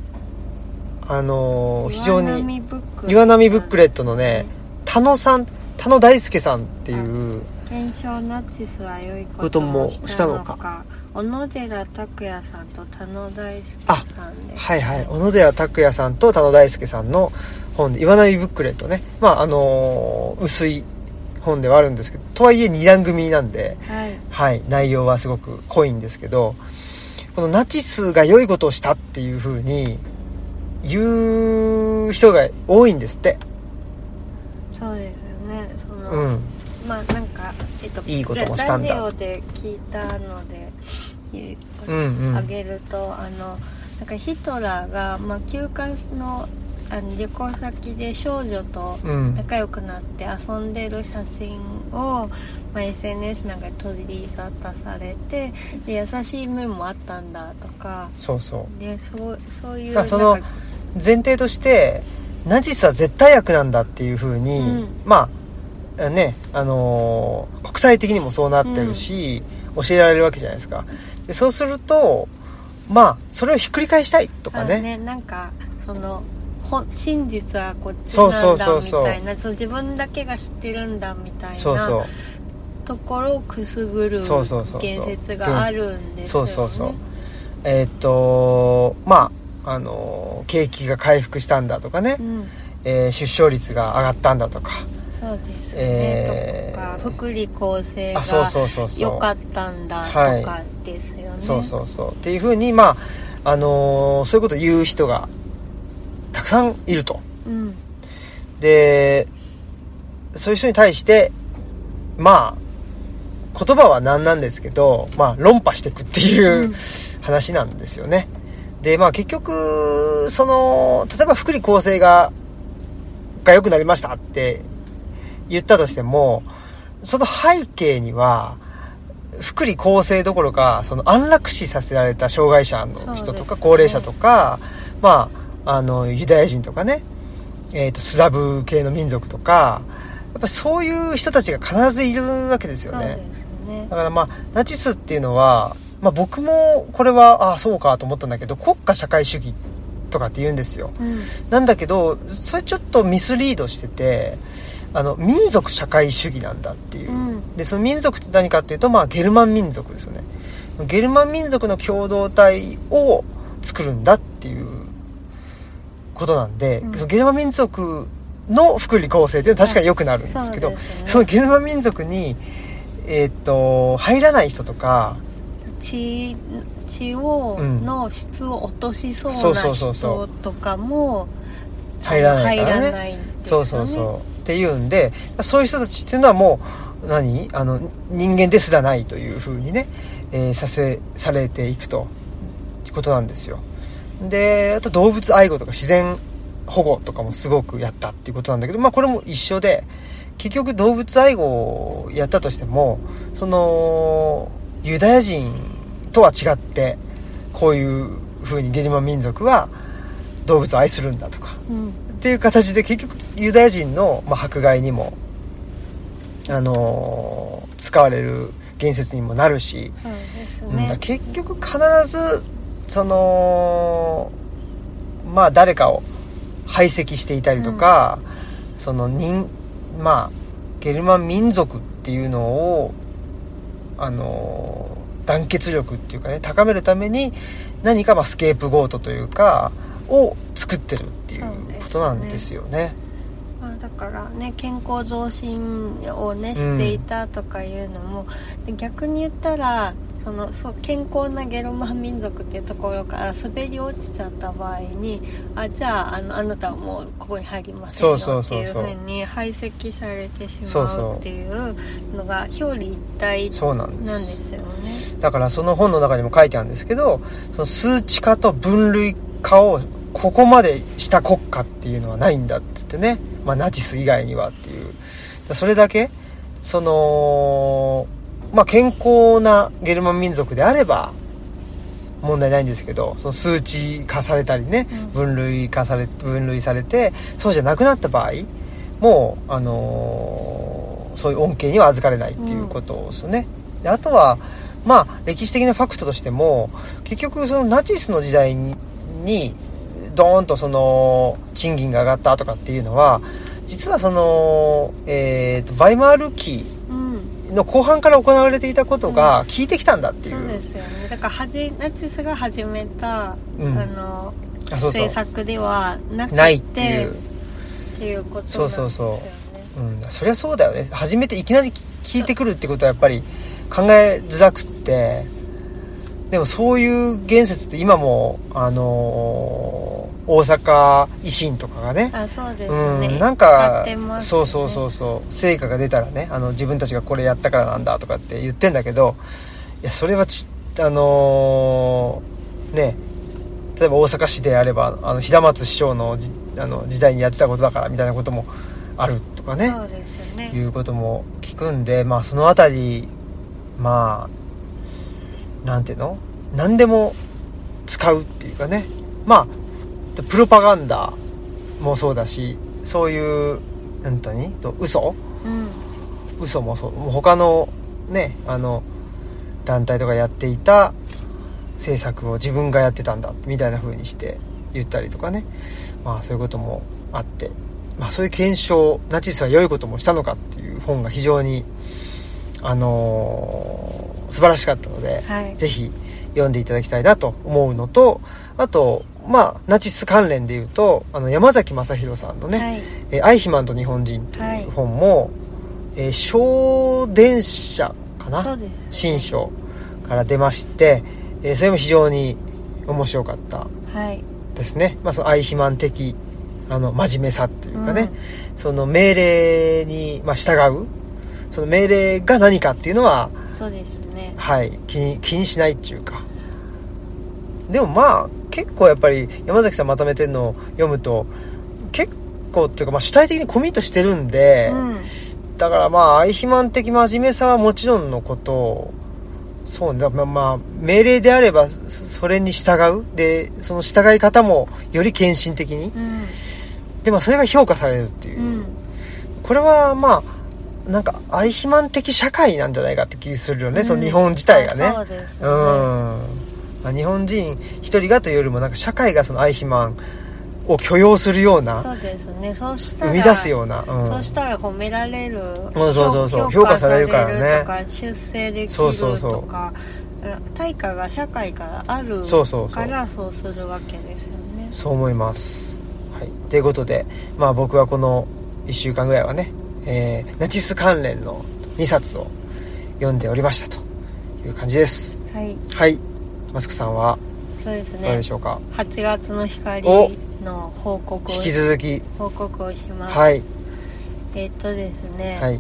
非常に岩波ブックレットのね、田野大輔さんっていう検証ナチスは良いこともしたのか、小野寺拓也さんと田野大輔さんです、 小野寺拓也さんと田野大輔さんの本で岩波ブックレットね、薄い本ではあるんですけど、とはいえ2段組なんで、内容はすごく濃いんですけど、このナチスが良いことをしたっていう風に言う人が多いんですって。 そうですよね。なんかいいこともしたんだ。 ラジオで聞いたのであげると、なんかヒトラーが、休暇の旅行先で少女と仲良くなって遊んでる写真を、SNS なんかで取り沙汰されて、で優しい面もあったんだとか、 そうそうでそういうなんかその前提としてナチスは絶対悪なんだっていう風に、ね、国際的にもそうなってるし、教えられるわけじゃないですか。でそうするとそれをひっくり返したいとかね、 なんかその真実はこっちなんだみたいな、自分だけが知ってるんだみたいなところをくすぐる言説があるんですよね。 景気が回復したんだとかね、出生率が上がったんだとか、 そうですね、とか福利厚生が良かったんだとかですよね。 そうっていうふうにそういうことを言う人がたくさんいると、でそういう人に対して言葉は何なんですけど、論破していくっていう話なんですよね。で結局例えば福利厚生が良くなりましたって言ったとしても、その背景には福利厚生どころか安楽死させられた障害者の人とか、高齢者とか、ユダヤ人とかね、スラブ系の民族とか、やっぱそういう人たちが必ずいるわけですよね。だからナチスっていうのは、僕もこれはそうかと思ったんだけど、国家社会主義とかって言うんですよ、なんだけどそれちょっとミスリードしてて、民族社会主義なんだっていう、でその民族って何かっていうと、ゲルマン民族ですよね。ゲルマン民族の共同体を作るんだっていうことなんで、そのゲルマン民族の福利厚生っていうのは確かに良くなるんですけど、そのゲルマン民族に、入らない人とか、 地方の質を落としそうな人とかも入らないからね。っていうんで、そういう人たちっていうのはもう人間ですらないというふうにね、されていくということなんですよ。であと動物愛護とか自然保護とかもすごくやったっていうことなんだけど、これも一緒で、結局動物愛護をやったとしても、ユダヤ人とは違ってこういう風にゲルマン民族は動物を愛するんだとか、っていう形で結局ユダヤ人の、迫害にも使われる言説にもなるし、結局必ず誰かを排斥していたりとか、ゲルマン民族っていうのを団結力っていうかね、高めるために何かスケープゴートというかを作ってるっていうことなんですよね。 だからね、健康増進をねしていたとかいうのも、逆に言ったら健康なゲルマン民族っていうところから滑り落ちちゃった場合に、じゃあ、あなたはもうここに入りませんよっていう風に排斥されてしまうっていうのが表裏一体なんですよね。 だからその本の中にも書いてあるんですけど、その数値化と分類化をここまでした国家っていうのはないんだって言ってね、ナチス以外にはっていう、それだけ健康なゲルマン民族であれば問題ないんですけど、その数値化されたりね、分類されてそうじゃなくなった場合、もうそういう恩恵には預かれないっていうことですよね。であとは歴史的なファクトとしても、結局そのナチスの時代にドーンと賃金が上がったとかっていうのは、実はバイマール期の後半から行われていたことが効いてきたんだっていう、 そうですよね。だからナチスが始めた、政策ではなくてないっていうことなんですよね。 そりゃそうだよね。初めていきなり効いてくるってことはやっぱり考えづらくって、でもそういう言説って今も大阪維新とかがね、 そうですね、 なんか、 使ってますね、そう成果が出たらね、自分たちがこれやったからなんだとかって言ってんだけど、いやそれはね、例えば大阪市であれば平松市長の時代にやってたことだからみたいなこともあるとかね、 そうですよね、 いうことも聞くんで、まあそのあたり、まあなんていうの、何でも使うっていうかね、まあプロパガンダもそうだし、そういう嘘もそう、もう他のね団体とかやっていた政策を自分がやってたんだみたいな風にして言ったりとかね、まあそういうこともあって、まあそういう検証、ナチスは良いこともしたのかっていう本が非常に素晴らしかったので、 はい、 ぜひ読んでいただきたいなと思うのと、あとまあナチス関連でいうと山崎正弘さんのね、はい、アイヒマンと日本人という本も、小電車かな、 そうですね、 新書から出まして、それも非常に面白かったですね、はい、まあ、そのアイヒマン的真面目さというかね、その命令に、まあ、従う、その命令が何かっていうのはそうですね、 はい、気にしないっていうか、でもまあ結構やっぱり山崎さんまとめてるのを読むと結構っていうか、まあ主体的にコミットしてるんで、だからまあアイヒマン的真面目さはもちろんのこと、そうね、まあ命令であればそれに従う、でその従い方もより献身的に、でまあそれが評価されるっていう、これはまあなんかアイヒマン的社会なんじゃないかって気するよね、その日本自体がね、 そうですね、 まあ、日本人一人がというよりもなんか社会がそのアイヒマンを許容するような、 そうですね、そうしたら生み出すような、 そうしたら褒められる、 そう評価されるからねとか出世できるとか、対価が社会からあるからそうするわけですよね。 そう思います、はい、ということで、まあ、僕はこの1週間ぐらいはね、ナチス関連の2冊を読んでおりましたという感じです。 はい、 はい、マスクさんはそうですね、 どうでしょうか。 8月の光の報告を引き続き報告をします。 はい、 ですね、 はい、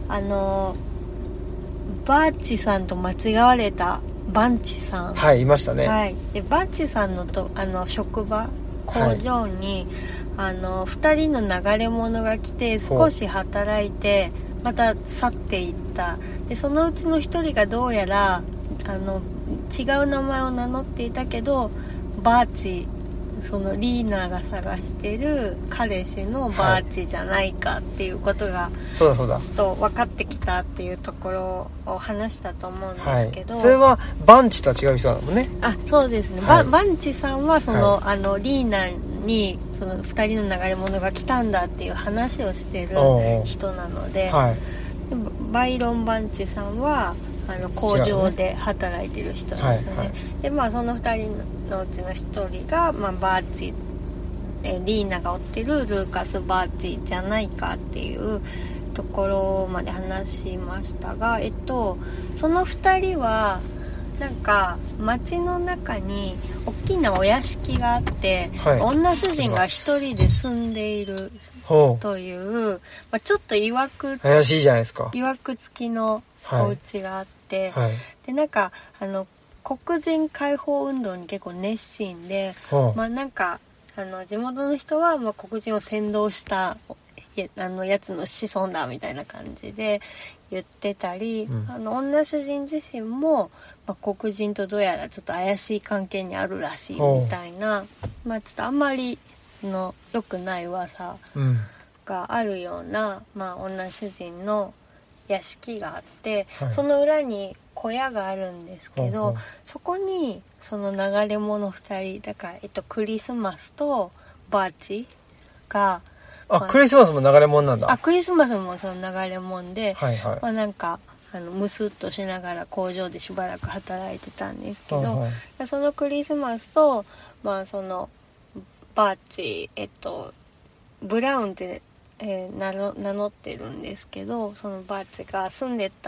バーチさんと間違われたバンチさん、 はい、いましたね、 はい、でバンチさんの職場工場に、2人の流れ者が来て少し働いてまた去っていった。でそのうちの1人がどうやら違う名前を名乗っていたけど、バーチ、そのリーナが探してる彼氏のバーチじゃないかっていうことが、ちょっと分かってきたっていうところを話したと思うんですけど、 それはバンチとは違う人だもんね。 そうですね、バンチさんはその、リーナにその2人の流れ者が来たんだっていう話をしてる人なので、でバイロン・バンチさんは工場で働いてる人なんですよね。でまあその2人のうちの1人が、まあ、バーチ、リーナが追ってるルーカス・バーチじゃないかっていうところまで話しましたが、その2人はなんか街の中に大きなお屋敷があって、女主人が1人で住んでいるという、まあ、ちょっといわく怪しいじゃないですか。 いわく付きのお家があって、でなんか黒人解放運動に結構熱心で、まあなんか地元の人はまあ黒人を扇動したやつの子孫だみたいな感じで言ってたり、女主人自身も、まあ、黒人とどうやらちょっと怪しい関係にあるらしいみたいな、まあちょっとあんまりの良くない噂があるような、まあ女主人の屋敷があって、その裏に小屋があるんですけど、そこにその流れ者2人だから、クリスマスとバーチが、 クリスマスも流れ者なんだ。 クリスマスもその流れ者で、まあなんかムスッとしながら工場でしばらく働いてたんですけど、そのクリスマスと、まあそのバーチ、ブラウンって名乗ってるんですけど、そのバーチが住んでた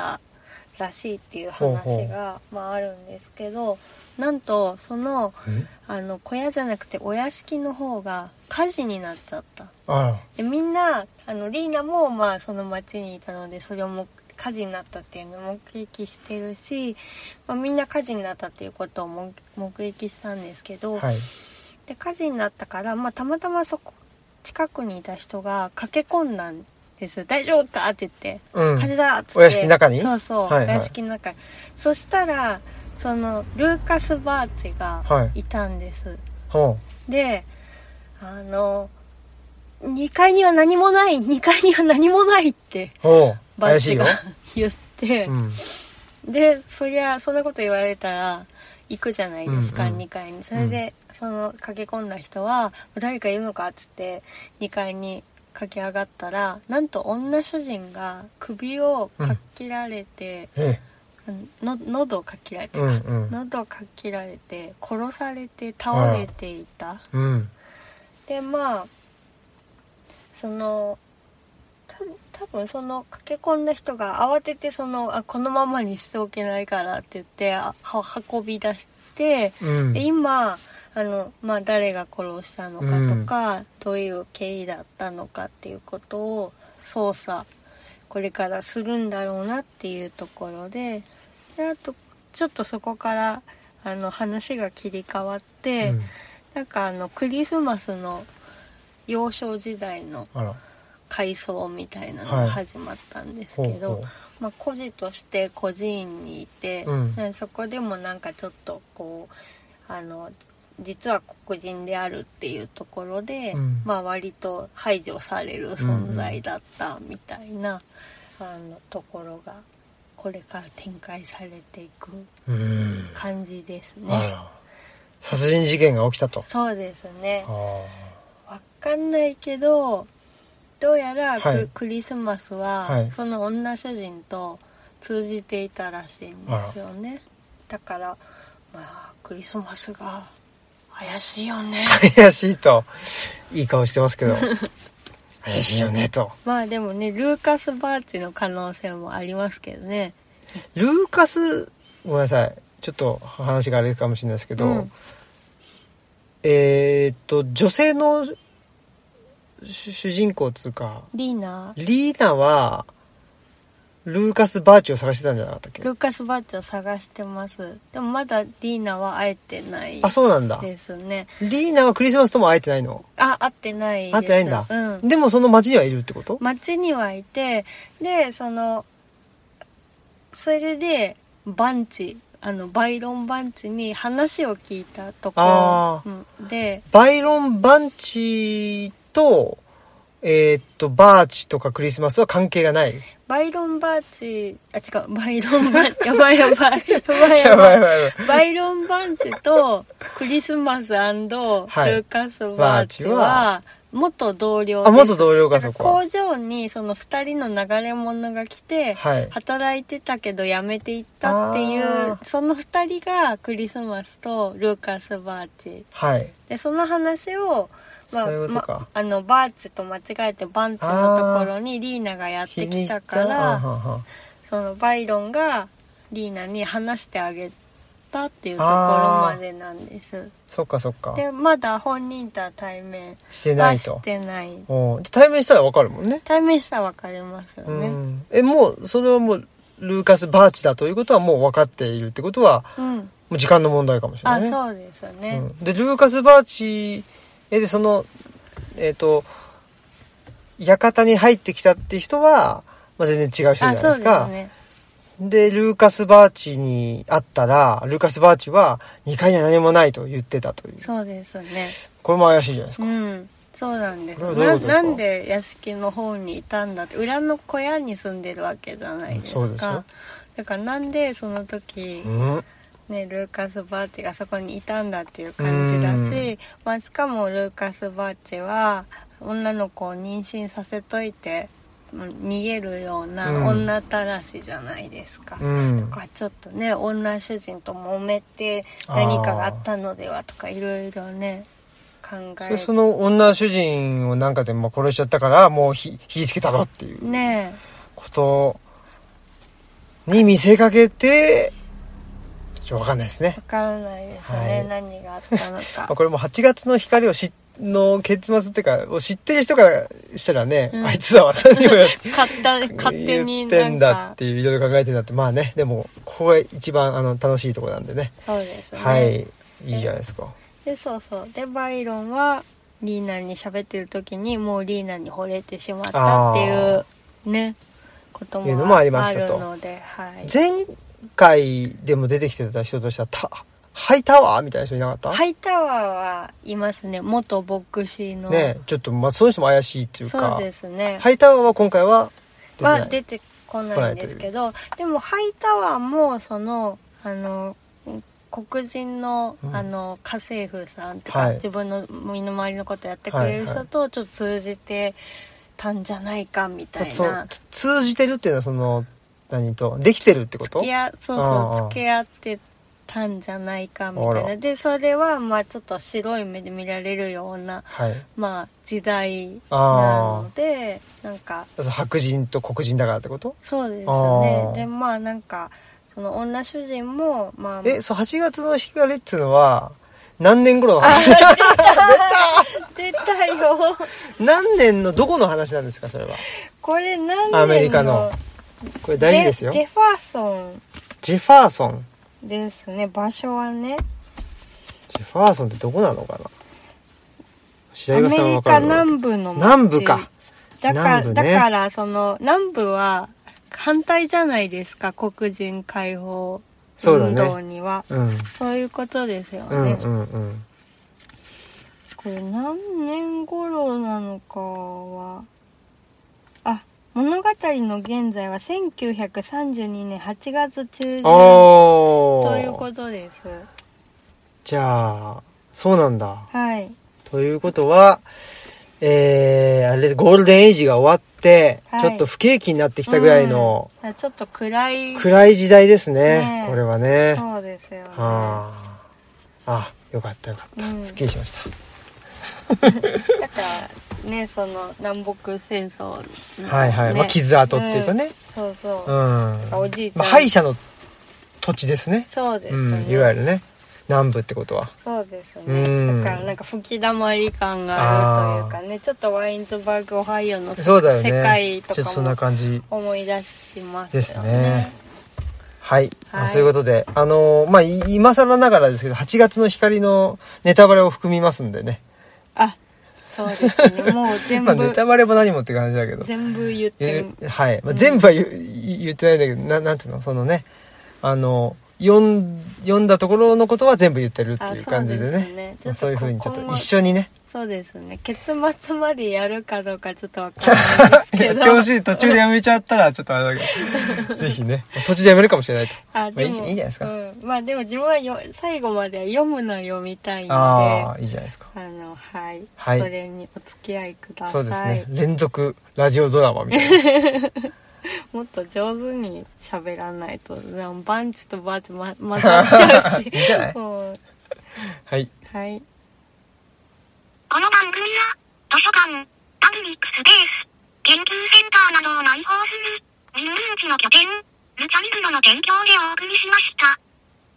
らしいっていう話が、まあ、あるんですけど、なんとその小屋じゃなくてお屋敷の方が火事になっちゃった。でみんなリーナもまあその町にいたので、それをも火事になったっていうのを目撃してるし、まあ、みんな火事になったっていうことを目撃したんですけど、はい、で火事になったから、まあ、たまたまそこ近くにいた人が駆け込んだんです。大丈夫かって言って、火事だっつって、 お屋敷の中に、 そうそう、はいはい、お屋敷の中に。そしたらそのルーカス・バーチがいたんです、はい、で2階には何もない、2階には何もないってバッチが言って、でそりゃそんなこと言われたら行くじゃないですか、2階に。それでその駆け込んだ人は誰かいるのかっつって2階に駆け上がったら、なんと女主人が首をかっ切られて、喉をかっ切られて、喉をかっ切られて殺されて倒れていた、でまあその多分その駆け込んだ人が慌ててこのままにしておけないからって言って運び出して、で今まあ、誰が殺したのかとか、どういう経緯だったのかっていうことを捜査これからするんだろうなっていうところで、あとちょっとそこから話が切り替わって、なんかクリスマスの幼少時代の回想みたいなのが始まったんですけど、まあ、孤児として孤児院にいて、そこでもなんかちょっとこう実は黒人であるっていうところで、まあ割と排除される存在だったみたいな、ところがこれから展開されていく感じですね。 殺人事件が起きたと。 そうですね。わかんないけど、どうやらクリスマスはその女主人と通じていたらしいんですよね。だからまあクリスマスが怪しいよね。 怪しいといい顔してますけど怪しいよねと。 まあでもね、ルーカス・バーチの可能性もありますけどね。 ルーカス、ごめんなさい、ちょっと話があれかもしれないですけど、女性の主人公つうかリーナはルーカス・バーチを探してたんじゃなかったっけ？ ルーカス・バーチを探してます。でもまだリーナは会えてないですね。 あ、そうなんだ。 ですね。 リーナはクリスマスとも会えてないの？ 会ってないです。 会ってないんだ。でもその街にはいるってこと？ 街にはいて、でそれでバンチバイロン・バンチに話を聞いたところで、 バイロン・バンチとバーチとかクリスマスは関係がない。 バイロン・バーチ、バイロン・バンチ、やばい。バイロン・バンチとクリスマス&ルーカス・バーチは元同僚です。 元同僚か、そこ。 工場にその2人の流れ者が来て、働いてたけど辞めていったっていう、その2人がクリスマスとルーカス・バーチ。で、その話を、バーチと間違えてバンチのところにリーナがやってきたから、そのバイロンがリーナに話してあげたっていうところまでなんです。 そっか。 でまだ本人とは対面してないと。 してない。 対面したら分かるもんね。 対面したら分かりますよね。 もうそれはもうルーカス・バーチだということはもう分かっているってことは、もう時間の問題かもしれないね。 そうですね。 でルーカス・バーチでその館に入ってきたって人は、まあ、全然違う人じゃないですか。でルーカス・バーチに会ったらルーカス・バーチは2階には何もないと言ってたという。 そうですね。 これも怪しいじゃないですか。 そうなんです。なんで屋敷の方にいたんだって、裏の小屋に住んでるわけじゃないですか。そうですよ。だからなんでその時、ね、ルーカス・バーチがそこにいたんだっていう感じだし、まあ、しかもルーカス・バーチは女の子を妊娠させといて逃げるような女たらしじゃないですか。とかちょっとね、女主人と揉めて何かがあったのではとかいろいろね考えて、 その女主人をなんかで殺しちゃったからもう火つけたろっていうことに見せかけて分かんないですね。 分からないですね、はい、何があったのか。 これも8月の光の結末っていうかを知ってる人からしたらね、あいつは何をやって勝手に言ってんだっていういろいろ考えてんだって、まあね、でもここが一番楽しいところなんでね。 そうですね。 はい、いいじゃないですか。 でそうでバイロンはリーナに喋ってる時にもうリーナに惚れてしまったっていうねこともあるので、はい、 前回でも出てきてた人としてはハイタワーみたいな人いなかった？ ハイタワーはいますね。元牧師のね、ちょっとその人も怪しいっていうか。 そうですね。 ハイタワーは今回は出てこないんですけど、でもハイタワーもその黒人の家政婦さんとか、はい、自分の身の回りのことやってくれる人とちょっと通じてたんじゃないかみたいな。 通じてるっていうのはその何とできてるってこと？付き合ってたんじゃないかみたいな。でそれはちょっと白い目で見られるような、はい、時代なので、なんか白人と黒人だからってこと？ そうですね。でなんかその女主人もそう8月の光っていうのは何年頃の話？出たよ。 何年のどこの話なんですかそれは？ これ何年のアメリカのこれ大事ですよ。 ジェファーソンですね。場所はね。 ジェファーソンってどこなのかな？ アメリカ南部の町。 南部か。 だからその南部は反対じゃないですか、黒人解放運動には。そういうことですよね。これ何年頃なのかは物語の現在は1932年8月中旬ということです。 じゃあそうなんだ。 はい。 ということはあれゴールデンエイジが終わって、はい、ちょっと不景気になってきたぐらいの、 ちょっと暗い時代ですね、これはね。 そうですよね。 よかった、すっきりしました。 だからね、その南北戦争、ね、 傷跡っていうかね、 おじいちゃん、 敗者の土地ですね。 そうですね、 いわゆるね南部ってことは。 そうですね。だからなんか吹き溜まり感があるというかね、ちょっとワインズバーグオハイオの世界とかも思い出しますよね。 ですね。はい、そういうことで今更ながらですけど8月の光のネタバレを含みますんでね。 そうですね。もう全部ネタバレも何もって感じだけど全部言ってはい、全部は言ってないんだけど、なんていうの、そのね読んだところのことは全部言ってるっていう感じでね。そういう風にちょっと一緒にね。 そうですね。結末までやるかどうかちょっとわかんないですけど。 やってほしい。途中でやめちゃったらちょっとあれだけどぜひね、途中でやめるかもしれないと。いいじゃないですか。 でも自分は最後までは読むの読みたいので、いいじゃないですか。 はい、それにお付き合いください。 そうですね。連続ラジオドラマみたいな。 もっと上手に喋らないとバンチとバチ混ざっちゃうし。 いいんじゃない？はい。 はい。 この番組は図書館、パブリックスペース、研究センターなどを内包する人文地の拠点、ルチャリブロの提供でお送りしました。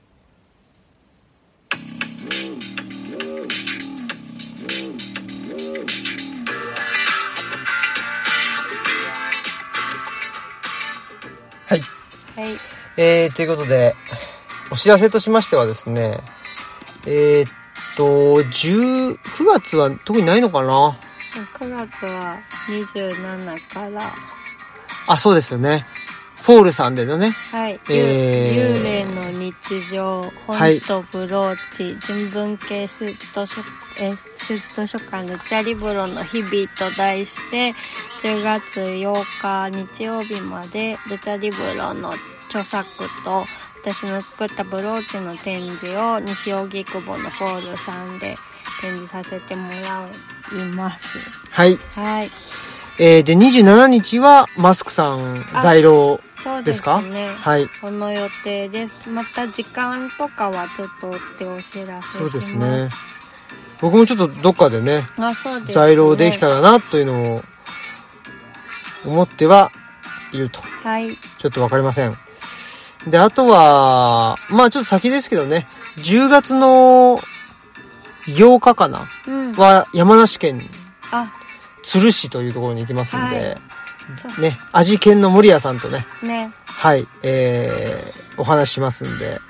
はい、ということでお知らせとしましてはですね、9月は特にないのかな。 9月は27からそうですよね。フォールさんでのね、 幽霊の日常、本とブローチ、人文系図書館ルチャリブロの日々と題して10月8日日曜日までルチャリブロの著作と私の作ったブローチの展示を西荻窪のフォールさんで展示させてもらいます。 はい。で27日はマスクさん在廊ですか？ そうですね。 はい。 この予定です。また時間とかはちょっと追ってお知らせします。 そうですね。僕もちょっとどっかでね、 そうですね、 在廊できたらなというのを思ってはいると。 はい。 ちょっとわかりません。 で、あとは、まあちょっと先ですけどね、10月の8日かな、は山梨県都留市というところに行きますんで、ね、味犬の森谷さんとね、はい、お話ししますんで、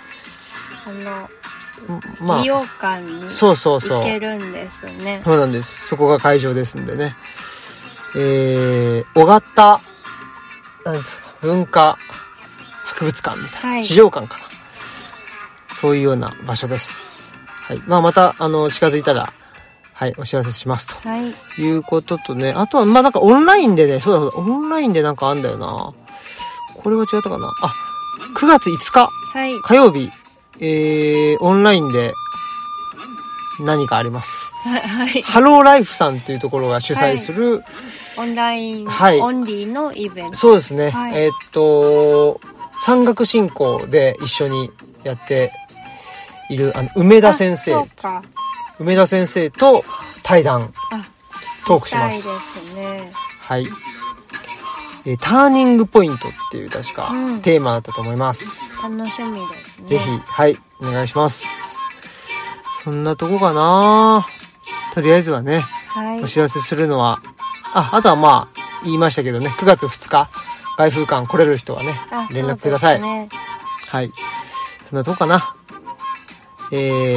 美容館に行けるんですね。 そうなんです。そこが会場ですんでね。小型、なんですか、文化博物館みたいな、資料館かな。そういうような場所です。はい。まあまた、近づいたら、はい、お知らせしますと。いうこととね、あとは、まあなんかオンラインでね、そうだ、オンラインでなんかあんだよな。これは違ったかな。あ、9月5日、火曜日、オンラインで何かあります。ハローライフさんというところが主催する、 オンライン、オンリーのイベント。 そうですね。山岳信仰で一緒にやっている、梅田先生。梅田先生と対談、トークします。 ですね。 はい。ターニングポイントっていう確かテーマだったと思います。 楽しみですね。 ぜひ、はい、お願いします。そんなとこかな。とりあえずはね、お知らせするのは、あとはまあ、言いましたけどね、9月2日、外風館来れる人はね、連絡ください。はい。そんなとこかな。い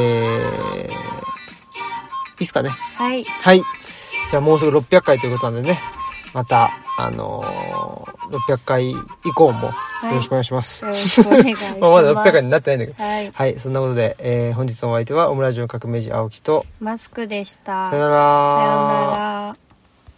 いっすかね。 はい。 はい。じゃあもうすぐ600回ということなんでね、また、600回以降もよろしくお願いします。 よろしくお願いします。 まだ600回になってないんだけど。はい。そんなことで、本日のお相手はオムラジオ革命児青木とマスクでした。 さよなら。 さよなら。